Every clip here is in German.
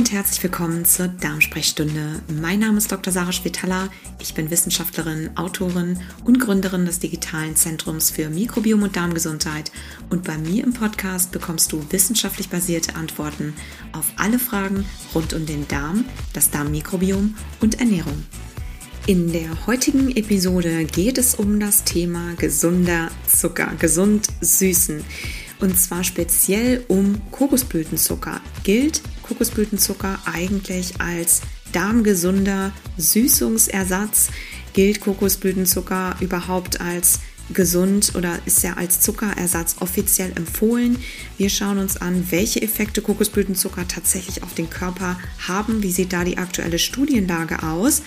und herzlich willkommen zur Darmsprechstunde. Mein Name ist Dr. Sarah Schwetala. Ich bin Wissenschaftlerin, Autorin und Gründerin des digitalen Zentrums für Mikrobiom und Darmgesundheit. Und bei mir im Podcast bekommst du wissenschaftlich basierte Antworten auf alle Fragen rund um den Darm, das Darmmikrobiom und Ernährung. In der heutigen Episode geht es um das Thema gesunder Zucker, gesund süßen. Und zwar speziell um Kokosblütenzucker. Gilt Kokosblütenzucker eigentlich als darmgesunder Süßungsersatz? Gilt Kokosblütenzucker überhaupt als gesund oder ist er als Zuckerersatz offiziell empfohlen? Wir schauen uns an, welche Effekte Kokosblütenzucker tatsächlich auf den Körper haben. Wie sieht da die aktuelle Studienlage aus?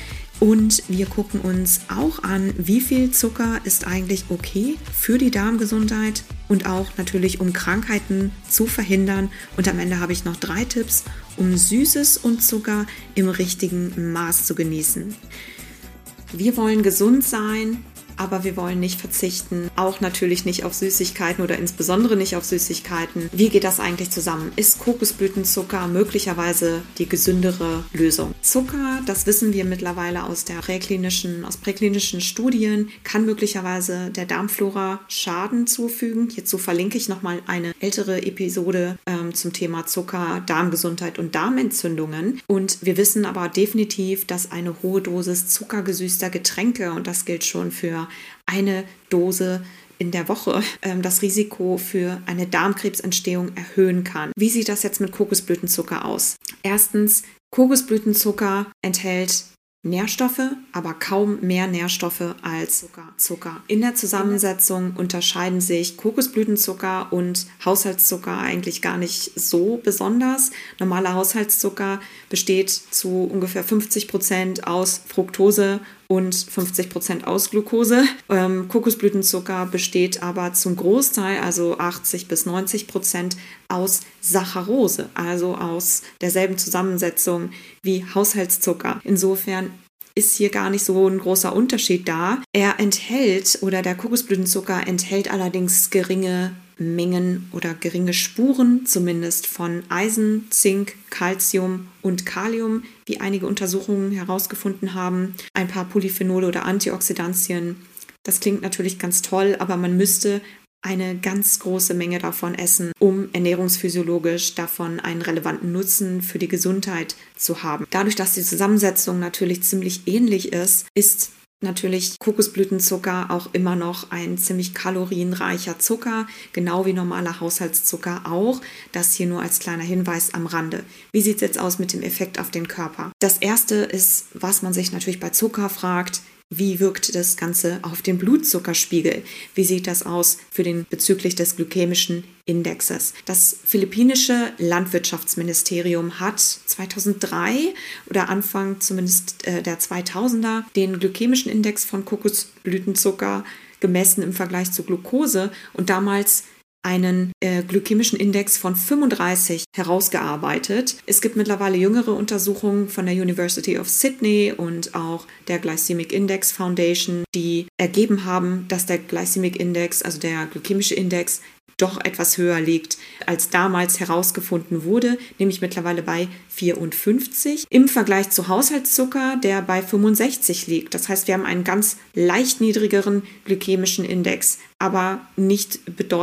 Und wir gucken uns auch an, wie viel Zucker ist eigentlich okay für die Darmgesundheit und auch natürlich, um Krankheiten zu verhindern. Und am Ende habe ich noch 3 Tipps, um Süßes und Zucker im richtigen Maß zu genießen. Wir wollen gesund sein, aber wir wollen nicht verzichten, auch natürlich nicht auf Süßigkeiten oder insbesondere nicht auf Süßigkeiten. Wie geht das eigentlich zusammen? Ist Kokosblütenzucker möglicherweise die gesündere Lösung? Zucker, das wissen wir mittlerweile aus präklinischen Studien, kann möglicherweise der Darmflora Schaden zufügen. Hierzu verlinke ich nochmal eine ältere Episode zum Thema Zucker, Darmgesundheit und Darmentzündungen. Und wir wissen aber definitiv, dass eine hohe Dosis zuckergesüßter Getränke, und das gilt schon für eine Dose in der Woche, das Risiko für eine Darmkrebsentstehung erhöhen kann. Wie sieht das jetzt mit Kokosblütenzucker aus? Erstens, Kokosblütenzucker enthält Nährstoffe, aber kaum mehr Nährstoffe als Zucker. In der Zusammensetzung unterscheiden sich Kokosblütenzucker und Haushaltszucker eigentlich gar nicht so besonders. Normaler Haushaltszucker besteht zu ungefähr 50% aus Fructose und 50% aus Glucose. Kokosblütenzucker besteht aber zum Großteil, also 80-90%, aus Saccharose, also aus derselben Zusammensetzung wie Haushaltszucker. Insofern ist hier gar nicht so ein großer Unterschied da. Der Kokosblütenzucker enthält allerdings geringe Mengen oder geringe Spuren, zumindest von Eisen, Zink, Calcium und Kalium, wie einige Untersuchungen herausgefunden haben. Ein paar Polyphenole oder Antioxidantien. Das klingt natürlich ganz toll, aber man müsste eine ganz große Menge davon essen, um ernährungsphysiologisch davon einen relevanten Nutzen für die Gesundheit zu haben. Dadurch, dass die Zusammensetzung natürlich ziemlich ähnlich ist natürlich Kokosblütenzucker auch immer noch ein ziemlich kalorienreicher Zucker, genau wie normaler Haushaltszucker auch. Das hier nur als kleiner Hinweis am Rande. Wie sieht es jetzt aus mit dem Effekt auf den Körper? Das erste ist, was man sich natürlich bei Zucker fragt: Wie wirkt das Ganze auf den Blutzuckerspiegel? Wie sieht das aus bezüglich des glykämischen Indexes? Das philippinische Landwirtschaftsministerium hat 2003 oder Anfang zumindest der 2000er den glykämischen Index von Kokosblütenzucker gemessen im Vergleich zu Glucose und damals einen glykämischen Index von 35 herausgearbeitet. Es gibt mittlerweile jüngere Untersuchungen von der University of Sydney und auch der Glycemic Index Foundation, die ergeben haben, dass der Glycemic Index, also der glykämische Index, doch etwas höher liegt, als damals herausgefunden wurde, nämlich mittlerweile bei 54 im Vergleich zu Haushaltszucker, der bei 65 liegt. Das heißt, wir haben einen ganz leicht niedrigeren glykämischen Index, aber nicht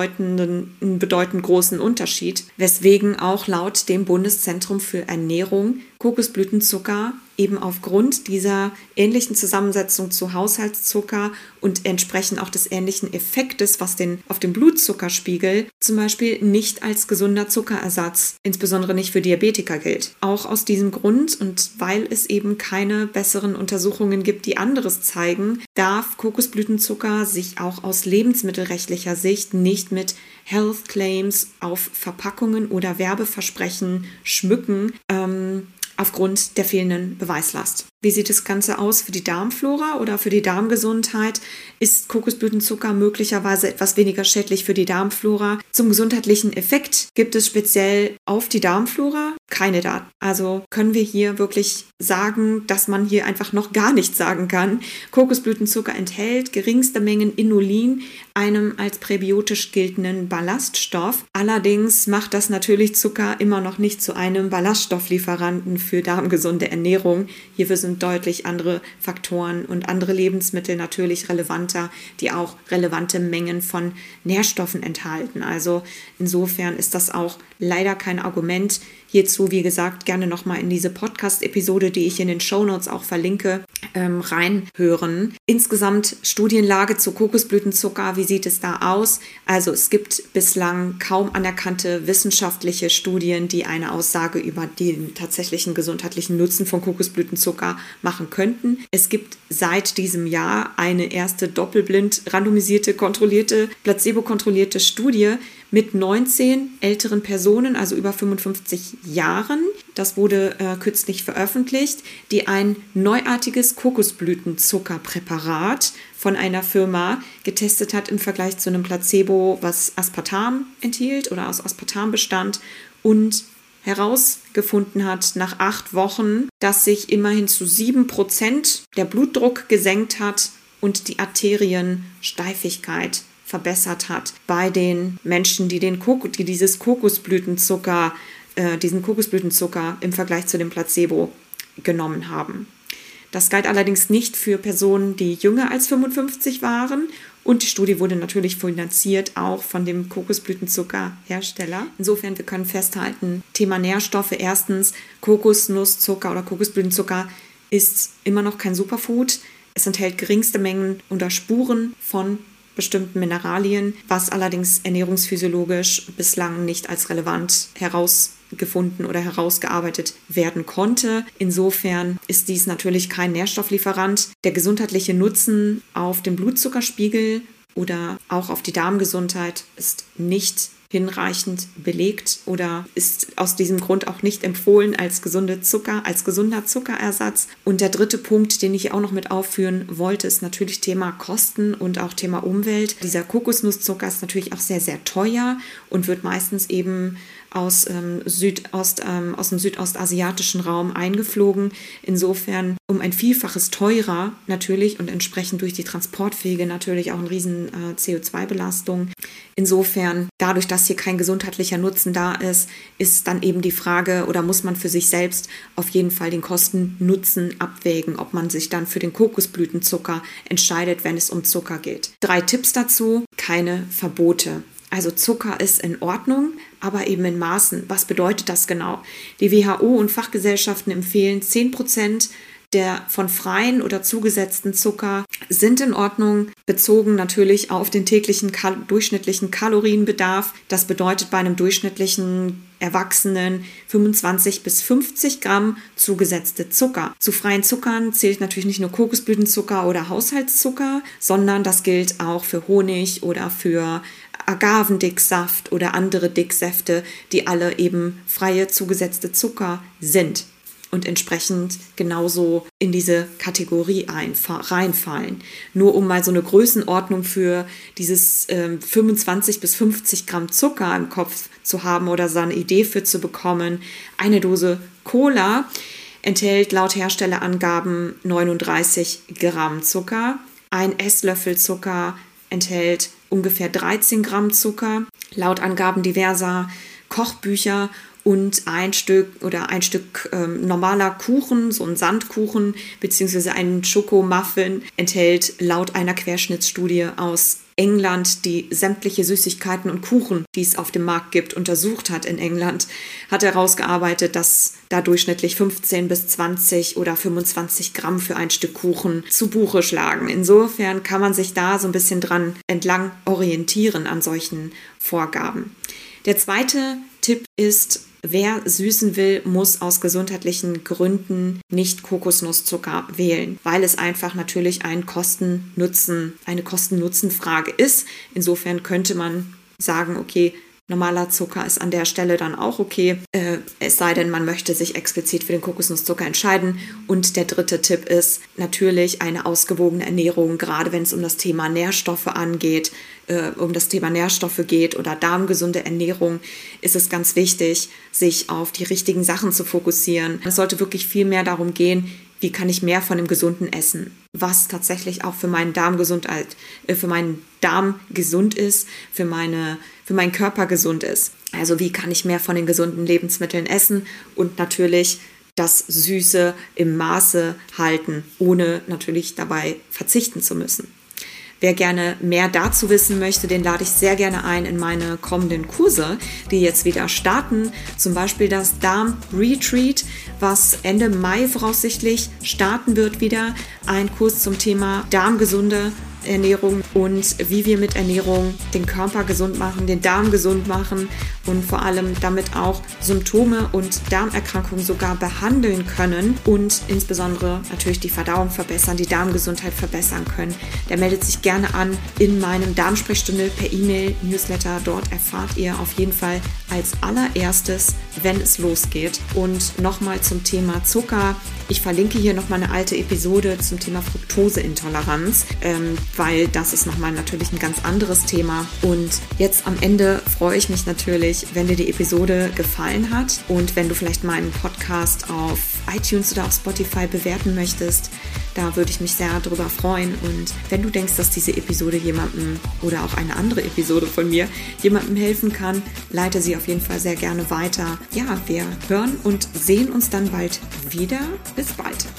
einen bedeutend großen Unterschied, weswegen auch laut dem Bundeszentrum für Ernährung Kokosblütenzucker eben aufgrund dieser ähnlichen Zusammensetzung zu Haushaltszucker und entsprechend auch des ähnlichen Effektes, was auf den Blutzuckerspiegel zum Beispiel nicht als gesunder Zuckerersatz, insbesondere nicht für Diabetiker gilt. Auch aus diesem Grund und weil es eben keine besseren Untersuchungen gibt, die anderes zeigen, darf Kokosblütenzucker sich auch aus lebensmittelrechtlicher Sicht nicht mit Health Claims auf Verpackungen oder Werbeversprechen schmücken, aufgrund der fehlenden Beweislast. Wie sieht das Ganze aus für die Darmflora oder für die Darmgesundheit? Ist Kokosblütenzucker möglicherweise etwas weniger schädlich für die Darmflora? Zum gesundheitlichen Effekt gibt es speziell auf die Darmflora keine Daten. Also können wir hier wirklich sagen, dass man hier einfach noch gar nichts sagen kann. Kokosblütenzucker enthält geringste Mengen Inulin, einem als präbiotisch geltenden Ballaststoff. Allerdings macht das natürlich Zucker immer noch nicht zu einem Ballaststofflieferanten für darmgesunde Ernährung. Hierfür sind deutlich andere Faktoren und andere Lebensmittel natürlich relevanter, die auch relevante Mengen von Nährstoffen enthalten. Also insofern ist das auch leider kein Argument. Hierzu, wie gesagt, gerne nochmal in diese Podcast-Episode, die ich in den Shownotes auch verlinke, reinhören. Insgesamt Studienlage zu Kokosblütenzucker, wie sieht es da aus? Also es gibt bislang kaum anerkannte wissenschaftliche Studien, die eine Aussage über den tatsächlichen gesundheitlichen Nutzen von Kokosblütenzucker machen könnten. Es gibt seit diesem Jahr eine erste doppelblind randomisierte, placebo-kontrollierte Studie mit 19 älteren Personen, also über 55 Jahren. Das wurde kürzlich veröffentlicht, die ein neuartiges Kokosblütenzuckerpräparat von einer Firma getestet hat im Vergleich zu einem Placebo, was Aspartam enthielt oder aus Aspartam bestand und herausgefunden hat nach 8 Wochen, dass sich immerhin zu 7% der Blutdruck gesenkt hat und die Arteriensteifigkeit verbessert hat bei den Menschen, die diesen Kokosblütenzucker im Vergleich zu dem Placebo genommen haben. Das galt allerdings nicht für Personen, die jünger als 55 waren. Und die Studie wurde natürlich finanziert auch von dem Kokosblütenzuckerhersteller. Insofern, wir können festhalten, Thema Nährstoffe. Erstens, Kokosnusszucker oder Kokosblütenzucker ist immer noch kein Superfood. Es enthält geringste Mengen oder Spuren von bestimmten Mineralien, was allerdings ernährungsphysiologisch bislang nicht als relevant herausgefunden oder herausgearbeitet werden konnte. Insofern ist dies natürlich kein Nährstofflieferant. Der gesundheitliche Nutzen auf den Blutzuckerspiegel oder auch auf die Darmgesundheit ist nicht hinreichend belegt oder ist aus diesem Grund auch nicht empfohlen als gesunder Zuckerersatz. Und der dritte Punkt, den ich auch noch mit aufführen wollte, ist natürlich Thema Kosten und auch Thema Umwelt. Dieser Kokosnusszucker ist natürlich auch sehr, sehr teuer und wird meistens eben aus dem südostasiatischen Raum eingeflogen. Insofern um ein Vielfaches teurer natürlich und entsprechend durch die Transportwege natürlich auch eine riesen CO2-Belastung. Insofern, dadurch, dass hier kein gesundheitlicher Nutzen da ist, ist dann eben die Frage oder muss man für sich selbst auf jeden Fall den Kosten-Nutzen abwägen, ob man sich dann für den Kokosblütenzucker entscheidet, wenn es um Zucker geht. 3 Tipps dazu: keine Verbote. Also Zucker ist in Ordnung, aber eben in Maßen. Was bedeutet das genau? Die WHO und Fachgesellschaften empfehlen 10% der von freien oder zugesetzten Zucker sind in Ordnung, bezogen natürlich auf den täglichen durchschnittlichen Kalorienbedarf. Das bedeutet bei einem durchschnittlichen Erwachsenen 25 bis 50 Gramm zugesetzte Zucker. Zu freien Zuckern zählt natürlich nicht nur Kokosblütenzucker oder Haushaltszucker, sondern das gilt auch für Honig oder für Agavendicksaft oder andere Dicksäfte, die alle eben freie zugesetzte Zucker sind und entsprechend genauso in diese Kategorie reinfallen. Nur um mal so eine Größenordnung für dieses 25 bis 50 Gramm Zucker im Kopf zu haben oder so eine Idee für zu bekommen. Eine Dose Cola enthält laut Herstellerangaben 39 Gramm Zucker. Ein Esslöffel Zucker enthält ungefähr 13 Gramm Zucker. Laut Angaben diverser Kochbücher und ein Stück normaler Kuchen, so ein Sandkuchen bzw. ein Schokomuffin enthält laut einer Querschnittsstudie aus England, die sämtliche Süßigkeiten und Kuchen, die es auf dem Markt gibt, untersucht hat in England, hat herausgearbeitet, dass da durchschnittlich 15 bis 20 oder 25 Gramm für ein Stück Kuchen zu Buche schlagen. Insofern kann man sich da so ein bisschen dran entlang orientieren an solchen Vorgaben. Der zweite Tipp ist, wer süßen will, muss aus gesundheitlichen Gründen nicht Kokosnusszucker wählen, weil es einfach natürlich eine Kosten-Nutzen-Frage ist. Insofern könnte man sagen, okay, Normaler Zucker ist an der Stelle dann auch okay, es sei denn, man möchte sich explizit für den Kokosnusszucker entscheiden. Und der dritte Tipp ist natürlich eine ausgewogene Ernährung, gerade wenn es um das Thema Nährstoffe geht oder darmgesunde Ernährung, ist es ganz wichtig, sich auf die richtigen Sachen zu fokussieren. Es sollte wirklich viel mehr darum gehen, wie kann ich mehr von dem Gesunden essen, was tatsächlich auch für meinen Darm gesund ist, für meinen Körper gesund ist. Also wie kann ich mehr von den gesunden Lebensmitteln essen und natürlich das Süße im Maße halten, ohne natürlich dabei verzichten zu müssen. Wer gerne mehr dazu wissen möchte, den lade ich sehr gerne ein in meine kommenden Kurse, die jetzt wieder starten. Zum Beispiel das Darm-Retreat, was Ende Mai voraussichtlich starten wird wieder. Ein Kurs zum Thema darmgesunde Ernährung und wie wir mit Ernährung den Körper gesund machen, den Darm gesund machen und vor allem damit auch Symptome und Darmerkrankungen sogar behandeln können und insbesondere natürlich die Verdauung verbessern, die Darmgesundheit verbessern können. Der meldet sich gerne an in meinem Darmsprechstunde per E-Mail, Newsletter. Dort erfahrt ihr auf jeden Fall als allererstes, wenn es losgeht. Und nochmal zum Thema Zucker. Ich verlinke hier nochmal eine alte Episode zum Thema Fructoseintoleranz, weil das ist nochmal natürlich ein ganz anderes Thema. Und jetzt am Ende freue ich mich natürlich, wenn dir die Episode gefallen hat und wenn du vielleicht meinen Podcast auf iTunes oder auf Spotify bewerten möchtest. Da würde ich mich sehr darüber freuen. Und wenn du denkst, dass diese Episode jemandem oder auch eine andere Episode von mir jemandem helfen kann, leite sie auf jeden Fall sehr gerne weiter. Ja, wir hören und sehen uns dann bald wieder. Bis bald.